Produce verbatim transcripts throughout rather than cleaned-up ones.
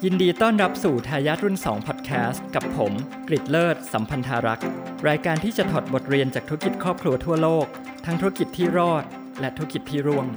ยินดีต้อนรับสู่ทายาทรุ่นสองพอดแคสต์กับผมกฤษเลิศสัมพันธารักษ์รายการที่จะถอดบทเรียนจากธุรกิจครอบครัวทั่วโลกทั้งธุรกิจที่รอดและธุรกิจที่ร่วง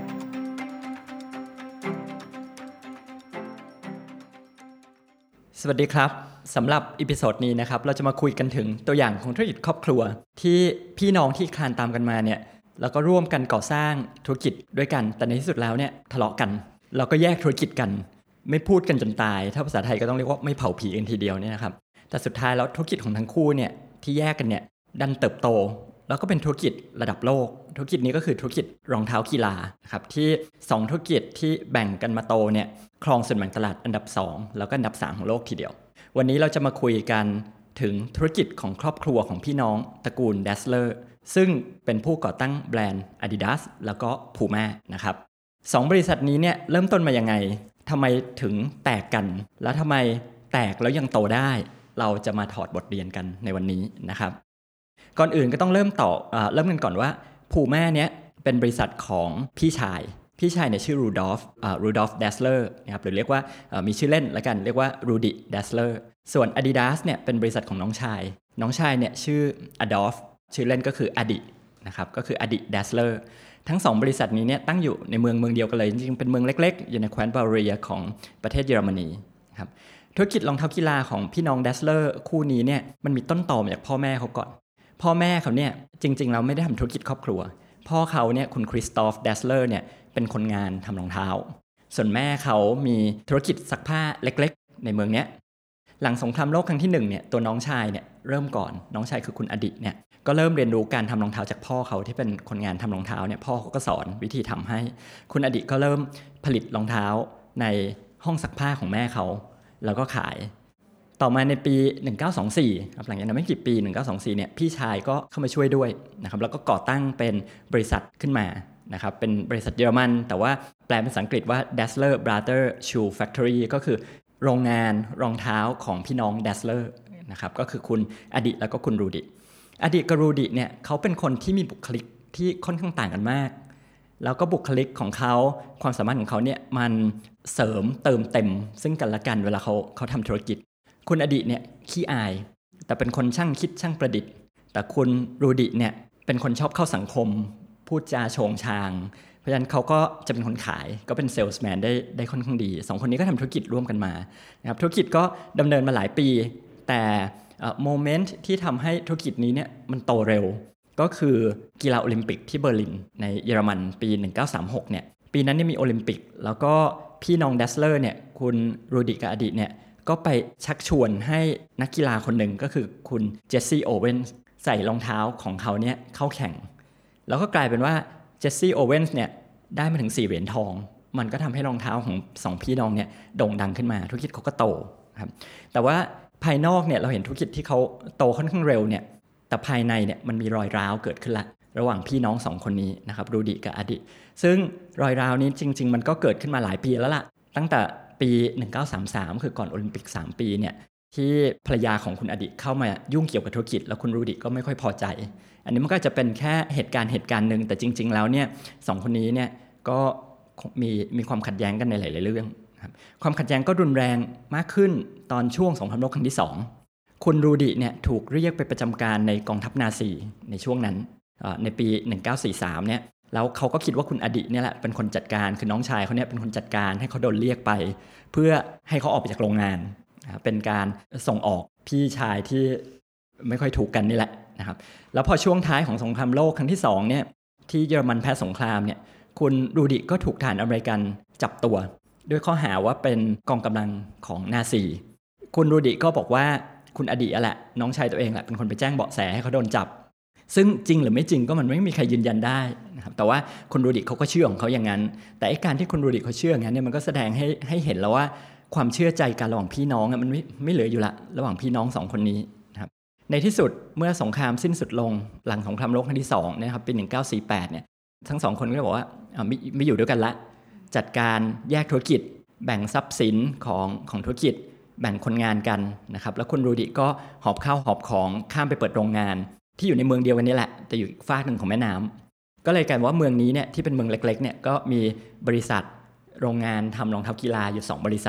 สวัสดีครับสำหรับอีพิโซดนี้นะครับเราจะมาคุยกันถึงตัวอย่างของธุรกิจครอบครัวที่พี่น้องที่คลานตามกันมาเนี่ยแล้วก็ร่วมกันก่อสร้างธุรกิจด้วยกันแต่ในที่สุดแล้วเนี่ยทะเลาะกันแล้วก็แยกธุรกิจกันไม่พูดกันจนตายถ้าภาษาไทยก็ต้องเรียกว่าไม่เผาผีกันทีเดียวเนี่ยนะครับแต่สุดท้ายแล้วธุรกิจของทั้งคู่เนี่ยที่แยกกันเนี่ยดันเติบโตแล้วก็เป็นธุรกิจระดับโลกธุรกิจนี้ก็คือธุรกิจรองเท้ากีฬานะครับที่สองธุรกิจที่แบ่งกันมาโตเนี่ยครองส่วนแบ่งตลาดอันดับสองแล้วก็อันดับสามของโลกทีเดียววันนี้เราจะมาคุยกันถึงธุรกิจของครอบครัวของพี่น้องตระกูล Dassler ซึ่งเป็นผู้ก่อตั้งแบรนด์ Adidas แล้วก็ Puma นะครับสองบริษัทนี้เนี่ยเริ่มต้นมายังไงทำไมถึงแตกกันแล้วทำไมแตกแล้วยังโตได้เราจะมาถอดบทเรียนกันในวันนี้นะครับก่อนอื่นก็ต้องเริ่มต่อเอ่อเริ่มกันก่อนว่า Puma เนี่ยเป็นบริษัทของพี่ชายพี่ชายเนี่ยชื่อรูดอล์ฟอ่ารูดอล์ฟ Dassler นะครับหรือเรียกว่ามีชื่อเล่นละกันเรียกว่ารูดิ Dassler ส่วน Adidas เนี่ยเป็นบริษัทของน้องชายน้องชายเนี่ยชื่อ Adolf ชื่อเล่นก็คืออดินะครับก็คืออดิ Dassler ทั้งสองบริษัทนี้เนี่ยตั้งอยู่ในเมืองเมืองเดียวกันเลยจริงๆเป็นเมืองเล็กๆอยู่ในแคว้นบาวาเรียของประเทศเยอรมนีครับธุรกิจรองเท้ากีฬาของพี่น้อง Dassler คู่นี้เนี่ยมันมีต้นตอมาจากพ่อแม่เขาก่อนพ่อแม่เขาเนี่ยจริงๆแล้วไม่ได้ทำธุรกิจครอบครัวพ่อเขาเนี่ยคุณคริสตอฟ Dassler เนี่ยเป็นคนงานทำรองเท้าส่วนแม่เขามีธุรกิจซักผ้าเล็กๆในเมืองเนี้ยหลังสงครามโลกครั้งที่หนึ่งเนี่ยตัวน้องชายเนี่ยเริ่มก่อนน้องชายคือคุณอดิเนี่ยก็เริ่มเรียนรู้การทำรองเท้าจากพ่อเขาที่เป็นคนงานทำรองเท้าเนี่ยพ่อเขาก็สอนวิธีทำให้คุณอดิก็เริ่มผลิตรองเท้าในห้องซักผ้าของแม่เขาแล้วก็ขายต่อมาในปีหนึ่งเก้าสองสี่ครับหลังจากนั้นไม่กี่ปีหนึ่งเก้าสองสี่เนี่ยพี่ชายก็เข้ามาช่วยด้วยนะครับแล้วก็ก่อตั้งเป็นบริษัทขึ้นมานะครับเป็นบริษัทเยอรมันแต่ว่าแปลเป็นภาษาอังกฤษว่า Dassler Brother Shoe Factory ก็คือโรงงานรองเท้าของพี่น้อง Dassler นะครับก็คือคุณอดิแล้วก็คุณรูดิอดิกับรูดิเนี่ยเขาเป็นคนที่มีบุคลิกที่ค่อนข้างต่างกันมากแล้วก็บุคลิกของเขาความสามารถของเขาเนี่ยมันเสริมเติมเต็มซึ่งกันและกันเวลาเขาเขาทำธุรกิจคุณอดิเนี่ยขี้อายแต่เป็นคนช่างคิดช่างประดิษฐ์แต่คุณรูดิเนี่ยเป็นคนชอบเข้าสังคมพูดจาโชงชางเพราะฉะนั้นเขาก็จะเป็นคนขายก็เป็นเซลส์แมนได้ได้ค่อนข้างดีสองคนนี้ก็ทำธุรกิจร่วมกันมานะครับธุรกิจก็ดำเนินมาหลายปีแต่โมเมนต์ที่ทำให้ธุรกิจนี้เนี่ยมันโตเร็วก็คือกีฬาโอลิมปิกที่เบอร์ลินในเยอรมันปีหนึ่งเก้าสามหกเนี่ยปีนั้นเนี่ยมีโอลิมปิกแล้วก็พี่น้อง Dassler เนี่ยคุณรูดิกับอดิเนี่ยก็ไปชักชวนให้นักกีฬาคนหนึ่งก็คือคุณเจสซี่โอเวนส์ใส่รองเท้าของเขาเนี่ยเข้าแข่งแล้วก็กลายเป็นว่าเจสซี่โอเวนส์เนี่ยได้มาถึงสี่เหรียญทองมันก็ทำให้รองเท้าของสองพี่น้องเนี่ยโด่งดังขึ้นมาธุรกิจเขาก็โตครับแต่ว่าภายนอกเนี่ยเราเห็นธุรกิจที่เขาโตค่อนข้างเร็วเนี่ยแต่ภายในเนี่ยมันมีรอยร้าวเกิดขึ้นละระหว่างพี่น้องสองคนนี้นะครับรูดิกับอดิซึ่งรอยร้าวนี้จริงๆมันก็เกิดขึ้นมาหลายปีแล้วล่ะตั้งแต่ปีหนึ่งเก้าสามสามคือก่อนโอลิมปิกสามปีเนี่ยที่ภรรยาของคุณอดิเข้ามายุ่งเกี่ยวกับธุรกิจแล้วคุณรูดิก็ไม่ค่อยพอใจอันนี้มันก็จะเป็นแค่เหตุการณ์เหตุการณ์นึงแต่จริงๆแล้วเนี่ยสองคนนี้เนี่ยก็มีมีความขัดแย้งกันในหลายๆเรื่องครับความขัดแย้งก็รุนแรงมากขึ้นตอนช่วงสงครามโลกครั้งที่สองคุณรูดิเนี่ยถูกเรียกไปประจำการในกองทัพนาซีในช่วงนั้นในปีหนึ่งเก้าสี่สามเนี่ยแล้วเขาก็คิดว่าคุณอดิเนี่ยแหละเป็นคนจัดการคือน้องชายเขาเนี่ยเป็นคนจัดการให้เขาโดนเรียกไปเพื่อให้เขาออกไปจากโรงงานเป็นการส่งออกพี่ชายที่ไม่ค่อยถูกกันนี่แหละนะครับแล้วพอช่วงท้ายของสงครามโลกครั้งที่สองเนี่ยที่เยอรมันแพ้สงครามเนี่ยคุณรูดิก็ถูกทหารอเมริกันจับตัวด้วยข้อหาว่าเป็นกองกำลังของนาซีคุณรูดิก็บอกว่าคุณอดิแหละน้องชายตัวเองแหละเป็นคนไปแจ้งเบาะแสให้เขาโดนจับซึ่งจริงหรือไม่จริงก็มันไม่มีใครยืนยันได้นะครับแต่ว่าคุณรูดิเขาก็เชื่อของเขาอย่างนั้นแต่ไอ้การที่คุณรูดิเขาเชื่ออย่างนั้นเนี่ยมันก็แสดงให้ให้เห็นแล้วว่าความเชื่อใจกันระหว่างพี่น้องมันไม่ไม่เหลืออยู่ละระหว่างพี่น้องสองคนนี้นะครับในที่สุดเมื่อสงครามสิ้นสุดลงหลังสงครามโลกครั้งที่สองนะครับปีหนึ่งเก้าสี่แปดเนี่ยทั้งสองคนก็บอกว่าไม่ไม่อยู่ด้วยกันละจัดการแยกธุรกิจแบ่งทรัพย์สินของของธุรกิจแบ่งคนงานกันนะครับแล้วคุณรูดิก็หอบข้าวหอบของข้ามไปเปิดโรงงานที่อยู่ในเมืองเดียวกันนี่แหละแต่อยู่อีกฝากหนึ่งของแม่น้ำก็เลยกลายเป็นว่าเมืองนี้เนี่ยที่เป็นเมืองเล็กๆเนี่ยก็มีบริษัทโรงงานทำรองเท้ากีฬาอยู่สองบริษัท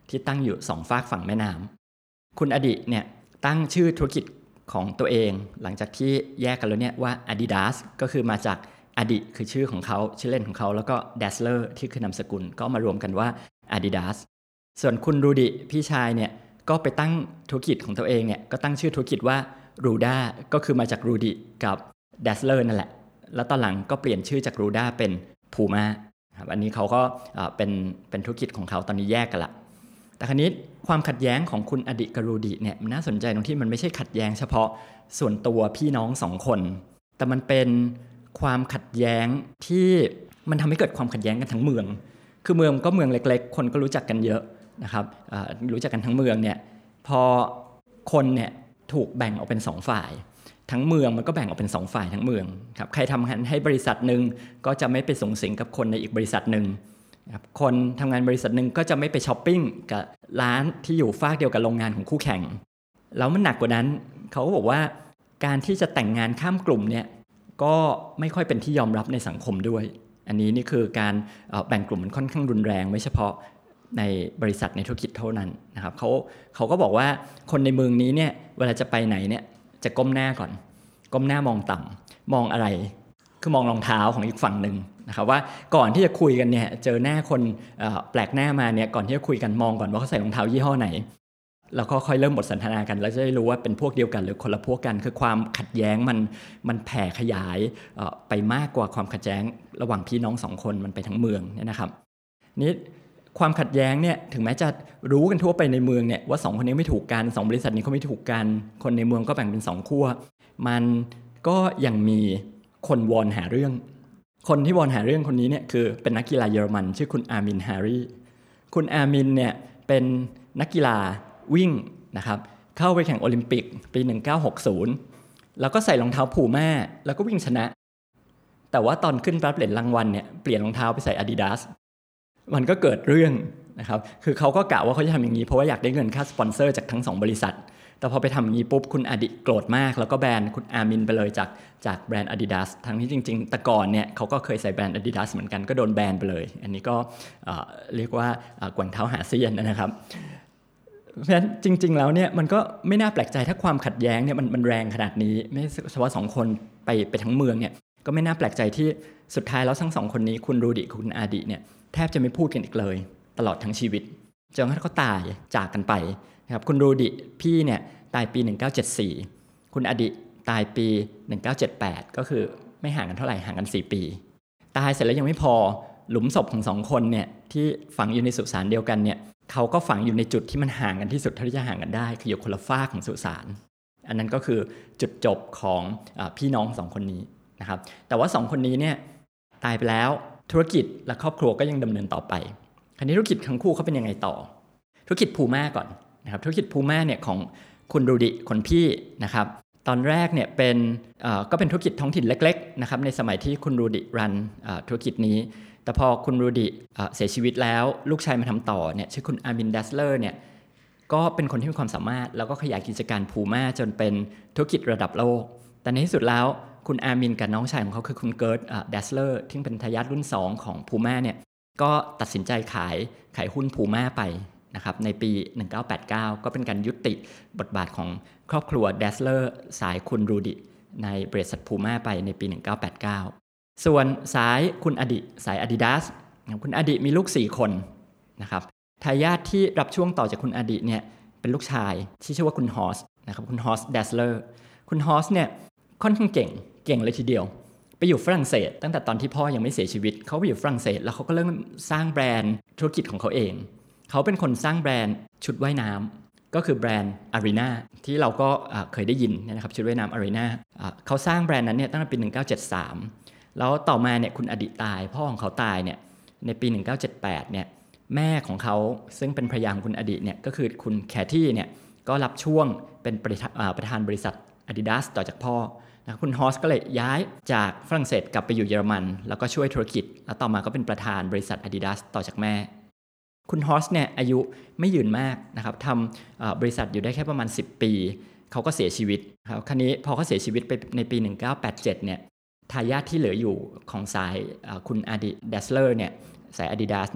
ที่ตั้งอยู่สองฝากฝั่งแม่น้ำคุณอดิเนี่ยตั้งชื่อธุรกิจของตัวเองหลังจากที่แยกกันแล้วเนี่ยว่า Adidas ก็คือมาจากอดิคือชื่อของเขาชื่อเล่นของเขาแล้วก็ Dassler ที่คือนามสกุลก็มารวมกันว่า Adidas ส่วนคุณรูดิพี่ชายเนี่ยก็ไปตั้งธุรกิจของตัวเองเนี่ยก็ตั้งชื่อธุรกิจว่า Ruda ก็คือมาจากรูดิกับ Dassler นั่นแหละแล้วตอนหลังก็เปลี่ยนชื่อจาก Ruda เป็น Puma ครับอันนี้เขาก็เป็นเป็นธุรกิจของเขาตอนนี้แยกกันละแต่คราวนี้ความขัดแย้งของคุณอดิกับรูดิเนี่ยมันน่าสนใจตรงที่มันไม่ใช่ขัดแย้งเฉพาะส่วนตัวพี่น้องสองคนแต่มันเป็นความขัดแย้งที่มันทำให้เกิดความขัดแย้งกันทั้งเมืองคือเมืองก็เมืองเล็กๆคนก็รู้จักกันเยอะนะครับรู้จักกันทั้งเมืองเนี่ยพอคนเนี่ยถูกแบ่งออกเป็นสองฝ่ายทั้งเมืองมันก็แบ่งออกเป็นสองฝ่ายทั้งเมืองครับใครทำงานให้บริษัทหนึ่งก็จะไม่ไปส่งสิงกับคนในอีกบริษัทหนึ่งคนทำงานบริษัทหนึ่งก็จะไม่ไปช้อปปิ้งกับร้านที่อยู่ฝากเดียวกับโรงงานของคู่แข่งแล้วมันหนักกว่านั้นเขาก็บอกว่าการที่จะแต่งงานข้ามกลุ่มเนี่ยก็ไม่ค่อยเป็นที่ยอมรับในสังคมด้วยอันนี้นี่คือการแบ่งกลุ่มมันค่อนข้างรุนแรงไม่เฉพาะในบริษัทในธุรกิจเท่านั้นนะครับเขาเขาก็บอกว่าคนในเมืองนี้เนี่ยเวลาจะไปไหนเนี่ยจะก้มหน้าก่อนก้มหน้ามองต่ำมองอะไรคือมองรองเท้าของอีกฝั่งหนึ่งนะครับว่าก่อนที่จะคุยกันเนี่ยเจอหน้าคนแปลกหน้ามาเนี่ยก่อนที่จะคุยกันมองก่อนว่าเขาใส่รองเท้ายี่ห้อไหนแล้วก็ค่อยเริ่มบทสนทนากันแล้วจะได้รู้ว่าเป็นพวกเดียวกันหรือคนละพวกกันคือความขัดแย้งมันมันแผ่ขยายไปมากกว่าความขัดแย้งระหว่างพี่น้องสองคนมันไปทั้งเมืองเนี่ยนะครับนี่ความขัดแย้งเนี่ยถึงแม้จะรู้กันทั่วไปในเมืองเนี่ยว่าสองคนนี้ไม่ถูกกันสองบริษัทนี้เขาไม่ถูกกันคนในเมืองก็แบ่งเป็นสองขั้วมันก็ยังมีคนวอนหาเรื่องคนที่วอนหาเรื่องคนนี้เนี่ยคือเป็นนักกีฬาเยอรมันชื่อคุณอาร์มินแฮร์รี่คุณอาร์มินเนี่ยเป็นนักกีฬาวิ่งนะครับเข้าไปแข่งโอลิมปิกปีหนึ่งพันเก้าร้อยหกสิบแล้วก็ใส่รองเท้าพูม่าแล้วก็วิ่งชนะแต่ว่าตอนขึ้นรับเหรียญรางวัลเนี่ยเปลี่ยนรองเท้าไปใส่ Adidas มันก็เกิดเรื่องนะครับคือเขาก็กะว่าเขาจะทำอย่างนี้เพราะว่าอยากได้เงินค่าสปอนเซอร์จากทั้งสองบริษัทแต่พอไปทำอย่างนี้ปุ๊บคุณอดิโกรธมากแล้วก็แบนคุณอาร์มินไปเลยจากจากแบรนด์ Adidas ทั้งที่จริงๆแต่ก่อนเนี่ยเขาก็เคยใส่แบรนด์ Adidas เหมือนกันก็โดนแบนไปเลยอันนี้ก็เรียกว่ากวางเท้าหาเสี้ยนนะครับเพราะฉะนั้นจริงๆแล้วเนี่ยมันก็ไม่น่าแปลกใจถ้าความขัดแย้งเนี่ยมันมันแรงขนาดนี้ไม่เฉพาะสองคนไปไปทั้งเมืองเนี่ยก็ไม่น่าแปลกใจที่สุดท้ายแล้วทั้งสองคนนี้คุณรูดิคุณอาดิเนี่ยแทบจะไม่พูดกันอีกเลยตลอดทั้งชีวิตจนกระทั่งเขาตายจากกันไปนะครับคุณรูดิพี่เนี่ยตายปีหนึ่งพันเก้าร้อยเจ็ดสิบสี่คุณอดิตายปีหนึ่งพันเก้าร้อยเจ็ดสิบแปดก็คือไม่ห่างกันเท่าไหร่ห่างกันสี่ปีตายเสร็จแล้วยังไม่พอหลุมศพของสองคนเนี่ยที่ฝังอยู่ในสุสานเดียวกันเนี่ยเขาก็ฝังอยู่ในจุดที่มันห่างกันที่สุดเท่าที่จะห่างกันได้คืออยู่คนละฝากของสุสานอันนั้นก็คือจุดจบของอ่าพี่น้องสองคนนี้นะครับแต่ว่าสองคนนี้เนี่ยตายไปแล้วธุรกิจและครอบครัวก็ยังดำเนินต่อไปคราวนี้ธุรกิจทั้งคู่เขาเป็นยังไงต่อธุรกิจพูม่าก่อนนะครับธุรกิจพูม่าเนี่ยของคุณรูดิคนพี่นะครับตอนแรกเนี่ยเป็นก็เป็นธุรกิจท้องถิ่นเล็กๆนะครับในสมัยที่คุณรูดิรันธุรกิจนี้แต่พอคุณรูดิเสียชีวิตแล้วลูกชายมาทำต่อเนี่ยชื่อคุณอาร์มิน ดัสเลอร์เนี่ยก็เป็นคนที่มีความสามารถแล้วก็ขยายกิจการพูม่าจนเป็นธุรกิจระดับโลกแต่ในที่สุดแล้วคุณอาร์มินกับน้องชายของเขาคือคุณเกิร์ตดัสเลอร์ที่เป็นทายาทรุ่นสองของพูม่าเนี่ยก็ตัดสินใจขายขายหุ้นพูม่าไปนะครับในปีหนึ่งพันเก้าร้อยแปดสิบเก้าก็เป็นการยุติบทบาทของครอบครัวดัสเลอร์สายคุณรูดิในบริษัทพูม่าไปในปีหนึ่งพันเก้าร้อยแปดสิบเก้าส่วนสายคุณอดิสาย Adidas คุณอดิมีลูกสี่คนนะครับทายาทที่รับช่วงต่อจากคุณอดิเนี่ยเป็นลูกชายที่ชื่อว่าคุณฮอสนะครับคุณฮอสดัสเลอร์คุณฮอสเนี่ยค่อนข้างเก่งเก่งเลยทีเดียวไปอยู่ฝรั่งเศสตั้งแต่ตอนที่พ่อยังไม่เสียชีวิตเขาไปอยู่ฝรั่งเศสแล้วเขาก็เริ่มสร้างแบรนด์ธุรกิจของเขาเองเขาเป็นคนสร้างแบรนด์ชุดว่ายน้ำก็คือแบรนด์ Arena ที่เราก็เคยได้ยินนะครับชุดว่ายน้ำ Arena เขาสร้างแบรนด์นั้นเนี่ยตั้งแต่ปีหนึ่งพันเก้าร้อยเจ็ดสิบสามแล้วต่อมาเนี่ยคุณอดิตายพ่อของเขาตายเนี่ยในปีหนึ่งพันเก้าร้อยเจ็ดสิบแปดเนี่ยแม่ของเขาซึ่งเป็นภรรยาของคุณอดิเนี่ยก็คือคุณแคทตี้เนี่ยก็รับช่วงเป็นประธานบริษัท Adidas ต่อจากพ่อนะคุณฮอสก็เลยย้ายจากฝรั่งเศสกลับไปอยู่เยอรมันแล้วก็ช่วยธุรกิจแล้วต่อมาก็เป็นประธานบริษัท Adidas ต่อจากแม่คุณฮอสเนี่ยอายุไม่ยืนมากนะครับทำบริษัทอยู่ได้แค่ประมาณสิบปีเขาก็เสียชีวิตครับคราวนี้พอเขาเสียชีวิตไปในปีหนึ่งพันเก้าร้อยแปดสิบเจ็ดเนี่ยทายาทที่เหลืออยู่ของสายคุณอาดิดัสเลอร์เนี่ยสาย Adidas เนี่ย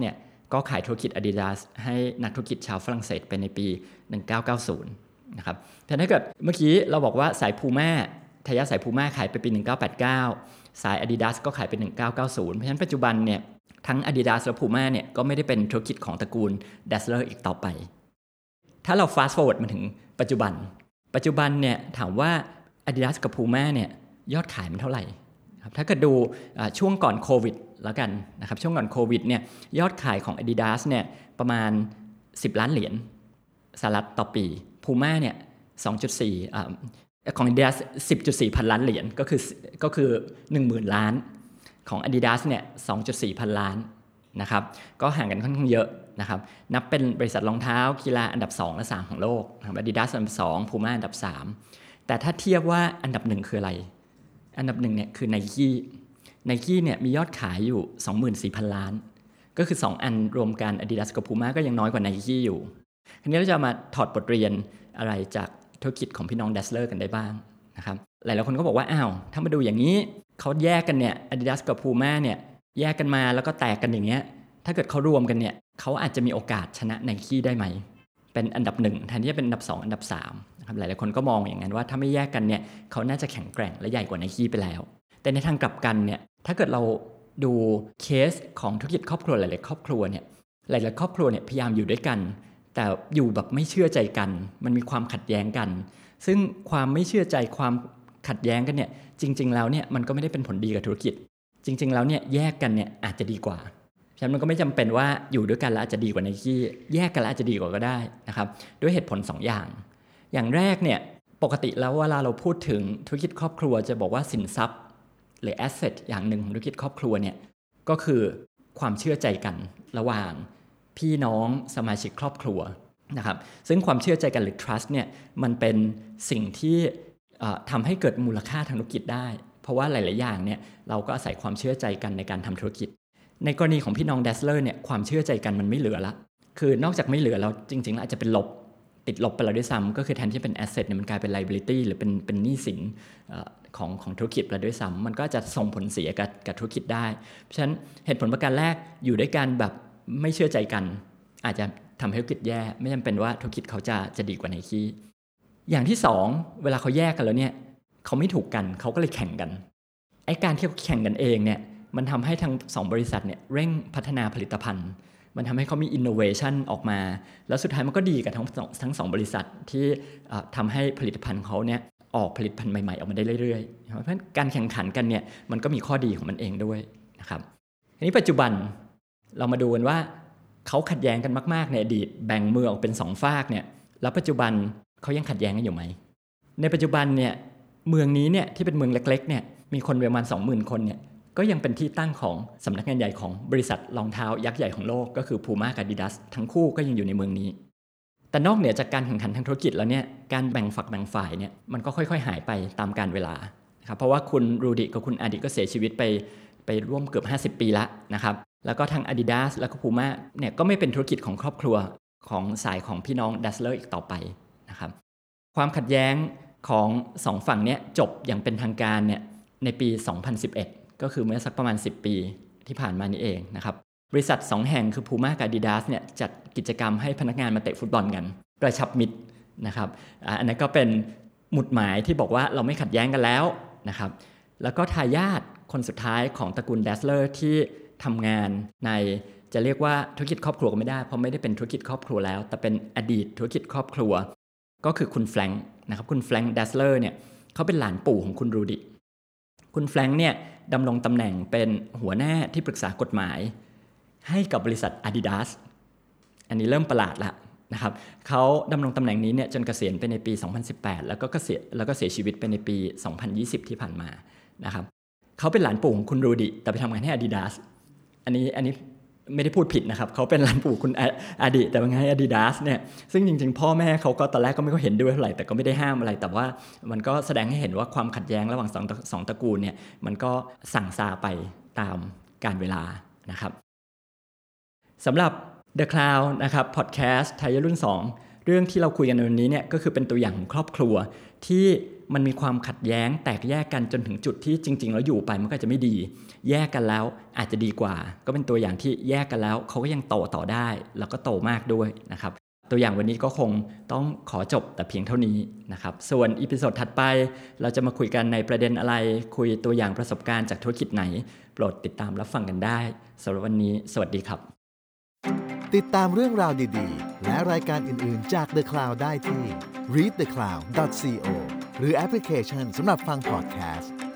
ก็ขายธุรกิจ Adidas ให้นักธุรกิจชาวฝรั่งเศสไปในปีหนึ่งพันเก้าร้อยเก้าสิบนะครับแต่ถ้าเกิดเมื่อกี้เราบอกว่าสาย Puma ทายาทสาย Puma ขายไปปีหนึ่งพันเก้าร้อยแปดสิบเก้าสาย Adidas ก็ขายไปหนึ่งพันเก้าร้อยเก้าสิบเพราะฉะนั้นปัจจุบันเนี่ยทั้ง Adidas และ Puma เนี่ยก็ไม่ได้เป็นธุรกิจของตระกูล Dassler อีกต่อไปถ้าเรา fast forward มาถึงปัจจุบันปัจจุบันเนี่ยถามว่า Adidas กับ Puma เนี่ยยอดขายมันเท่าไหร่ครับถ้าเกิดดูช่วงก่อนโควิดแล้วกันนะครับช่วงก่อนโควิดเนี่ยยอดขายของ Adidas เนี่ยประมาณสิบล้านเหรียญสหรัฐต่อปี Puma เนี่ย สองจุดสี่ อ่าของ Adidas สิบจุดสี่ พันล้านเหรียญก็คือก็คือ หนึ่งหมื่น ล้านของ Adidas เนี่ย สองจุดสี่ พันล้านนะครับก็ห่างกันค่อนข้างเยอะนะครับนับเป็นบริษัทรองเท้ากีฬาอันดับสองและสามของโลกนะครับ Adidas อันดับสอง Puma อันดับสามแต่ถ้าเทียบว่าอันดับหนึ่งคืออะไรอันดับหนึ่งเนี่ยคือ Nike Nike เนี่ยมียอดขายอยู่ สองหมื่นสี่พัน ล้านก็คือสองอันรวมกัน Adidas กับ Puma ก็ยังน้อยกว่า Nike อยู่ทีนี้เราจะมาถอดบทเรียนอะไรจากธุรกิจของพี่น้อง Dassler กันได้บ้างนะครับหลายๆคนก็บอกว่าอ้าวถ้ามาดูอย่างนี้เขาแยกกันเนี่ย Adidas กับ Puma เนี่ยแยกกันมาแล้วก็แตกกันอย่างเงี้ยถ้าเกิดเขารวมกันเนี่ยเขาอาจจะมีโอกาสชนะ Nike ได้ไหมเป็นอันดับหนึ่งแทนที่จะเป็นอันดับสองอันดับสามนะครับหลายๆคนก็มองอย่างนั้นว่าถ้าไม่แยกกันเนี่ยเขาน่าจะแข็งแกร่งและใหญ่กว่า Nike ไปแล้วแต่ในทางกลับกันเนี่ยถ้าเกิดเราดูเคสของธุรกิจครอบครัวหลายๆครอบครัวเนี่ยหลายๆครอบครัวเนี่ยพยายามอยู่ด้วยกันแต่อยู่แบบไม่เชื่อใจกันมันมีความขัดแย้งกันซึ่งความไม่เชื่อใจความขัดแย้งกันเนี่ยจริงๆแล้วเนี่ยมันก็ไม่ได้เป็นผลดีกับธุรกิจจริงๆแล้วเนี่ยแยกกันเนี่ยอาจจะดีกว่าฉะนั้นมันก็ไม่จำเป็นว่าอยู่ด้วยกันแล้วอาจจะดีกว่า Nike แยกกันแล้วอาจจะดีกว่าก็ได้นะครับด้วยเหตุผลสองอย่างอย่างแรกเนี่ยปกติแล้วเวลาเราพูดถึงธุรกิจครอบครัวจะบอกว่าสินทรัพย์หรือ asset อย่างหนึ่งของธุรกิจครอบครัวเนี่ยก็คือความเชื่อใจกันระหว่างพี่น้องสมาชิกครอบครัวนะครับซึ่งความเชื่อใจกันหรือ trust เนี่ยมันเป็นสิ่งที่ทำให้เกิดมูลค่าทางธุรกิจได้เพราะว่าหลายๆอย่างเนี่ยเราก็อาศัยความเชื่อใจกันในการทำธุรกิจในกรณีของพี่น้อง Dassler เนี่ยความเชื่อใจกันมันไม่เหลือละคือนอกจากไม่เหลือแล้วจริงๆแล้วอาจจะเป็นลบติดลบไปแล้วด้วยซ้ำก็คือแทนที่เป็น asset เนี่ยมันกลายเป็น liability หรือเป็นเป็นหนี้สินของของธุรกิจไปแล้วด้วยซ้ำมันก็จะส่งผลเสียกับกับธุรกิจได้เพราะฉะนั้นเหตุผลประการแรกอยู่ด้วยกันแบบไม่เชื่อใจกันอาจจะทำให้ธุรกิจแย่ไม่จำเป็นว่าธุรกิจเขาจะจะดีกว่า Nike อย่างที่สองเวลาเขาแยกกันแล้วเนี่ยเขาไม่ถูกกันเขาก็เลยแข่งกันไอ้การที่เขาแข่งกันเองเนี่ยมันทำให้ทั้งสองบริษัทเนี่ยเร่งพัฒนาผลิตภัณฑ์มันทำให้เขามี innovation ออกมาแล้วสุดท้ายมันก็ดีกับทั้งทั้งสองบริษัทที่ทำให้ผลิตภัณฑ์เขาเนี่ยออกผลิตภัณฑ์ใหม่ๆออกมาได้เรื่อยๆเพราะฉะนั้นการแข่งขันกันเนี่ยมันก็มีข้อดีของมันเองด้วยนะครับทีนี้ปัจจุบันเรามาดูกันว่าเขาขัดแย้งกันมากๆในอดีตแบ่งเมืองออกเป็นสองฝากเนี่ยแล้วปัจจุบันเขายังขัดแย้งกันอยู่ไหมในปัจจุบันเนี่ยเมืองนี้เนี่ยที่เป็นเมืองเล็กๆเนี่ยมีคนประมาณ สองหมื่น คนเนี่ยก็ยังเป็นที่ตั้งของสำนักงานใหญ่ของบริษัทรองเท้ายักษ์ใหญ่ของโลกก็คือ Puma กับ Adidas ทั้งคู่ก็ยังอยู่ในเมืองนี้แต่นอกเหนือจากการแข่งขันทางธุรกิจแล้วเนี่ยการแบ่งฝักแบ่งฝ่ายเนี่ยมันก็ค่อยๆหายไปตามกาลเวลาครับเพราะว่าคุณรูดิกับคุณอาดิก็เสียชีวิตไปไปร่วมเกือบห้าสิบปีแล้วนะครับแล้วก็ทาง Adidas แล้วก็ Puma เนี่ยก็ไม่เป็นธุรกิจของครอบครัวของสายของพี่น้อง Dassler อีกต่อไปนะครับความขัดแย้งของสองฝั่งเนี่ยจบอย่างเป็นทางการเนี่ยในปีสองพันสิบเอ็ดก็คือเมื่อสักประมาณสิบปีที่ผ่านมานี้เองนะครับบริษัทสองแห่งคือ Puma กับ Adidas เนี่ยจัดกิจกรรมให้พนักงานมาเตะฟุตบอลกันกระชับมิตรนะครับอันนั้นก็เป็นหมุดหมายที่บอกว่าเราไม่ขัดแย้งกันแล้วนะครับแล้วก็ทายาทคนสุดท้ายของตระกูล Dassler ที่ทำงานในจะเรียกว่าธุรกิจครอบครัวก็ไม่ได้เพราะไม่ได้เป็นธุรกิจครอบครัวแล้วแต่เป็นอดีตธุรกิจครอบครัวก็คือคุณแฟรงค์นะครับคุณแฟรงค์ Dassler เนี่ยเขาเป็นหลานปู่ของคุณรูดิคุณแฟรงค์เนี่ยดำรงตำแหน่งเป็นหัวหน้าที่ปรึกษากฎหมายให้กับบริษัท Adidas อันนี้เริ่มประหลาดละนะครับเขาดำรงตำแหน่งนี้เนี่ยจนเกษียณไปในปีสองพันสิบแปดแล้วก็เกษียณแล้วก็เสียชีวิตไปในปีสองพันยี่สิบที่ผ่านมานะครับเขาเป็นหลานปู่ของคุณรูดิแต่ไปทำงานให้ Adidas อันนี้อันนี้ไม่ได้พูดผิดนะครับเขาเป็นหลานปู่คุณอาดิแต่ว่าไง Adidas เนี่ยซึ่งจริงๆพ่อแม่เขาก็ตอนแรกก็ไม่ค่อยเห็นด้วยเท่าไหร่แต่ก็ไม่ได้ห้ามอะไรแต่ว่ามันก็แสดงให้เห็นว่าความขัดแย้งระหว่างสองสองตระกูลเนี่ยมันก็สั่งซาไปตามกาลเวลานะครับสำหรับ The Cloud นะครับพอดแคสต์ไทยรุ่นสองเรื่องที่เราคุยกันในวันนี้เนี่ยก็คือเป็นตัวอย่างของครอบครัวที่มันมีความขัดแย้งแตกแยกกันจนถึงจุดที่จริงๆแล้วอยู่ไปมันก็จะไม่ดีแยกกันแล้วอาจจะดีกว่าก็เป็นตัวอย่างที่แยกกันแล้วเขาก็ยังโตต่อได้แล้วก็โตมากด้วยนะครับตัวอย่างวันนี้ก็คงต้องขอจบแต่เพียงเท่านี้นะครับส่วนอีพิโซดถัดไปเราจะมาคุยกันในประเด็นอะไรคุยตัวอย่างประสบการณ์จากธุรกิจไหนโปรดติดตามรับฟังกันได้สำหรับวันนี้สวัสดีครับติดตามเรื่องราวดีๆและรายการอื่นๆจาก The Cloud ได้ที่ รีด เดอะ คลาวด์ ดอท ซี โอ หรือแอปพลิเคชันสำหรับฟังพอดแคสต์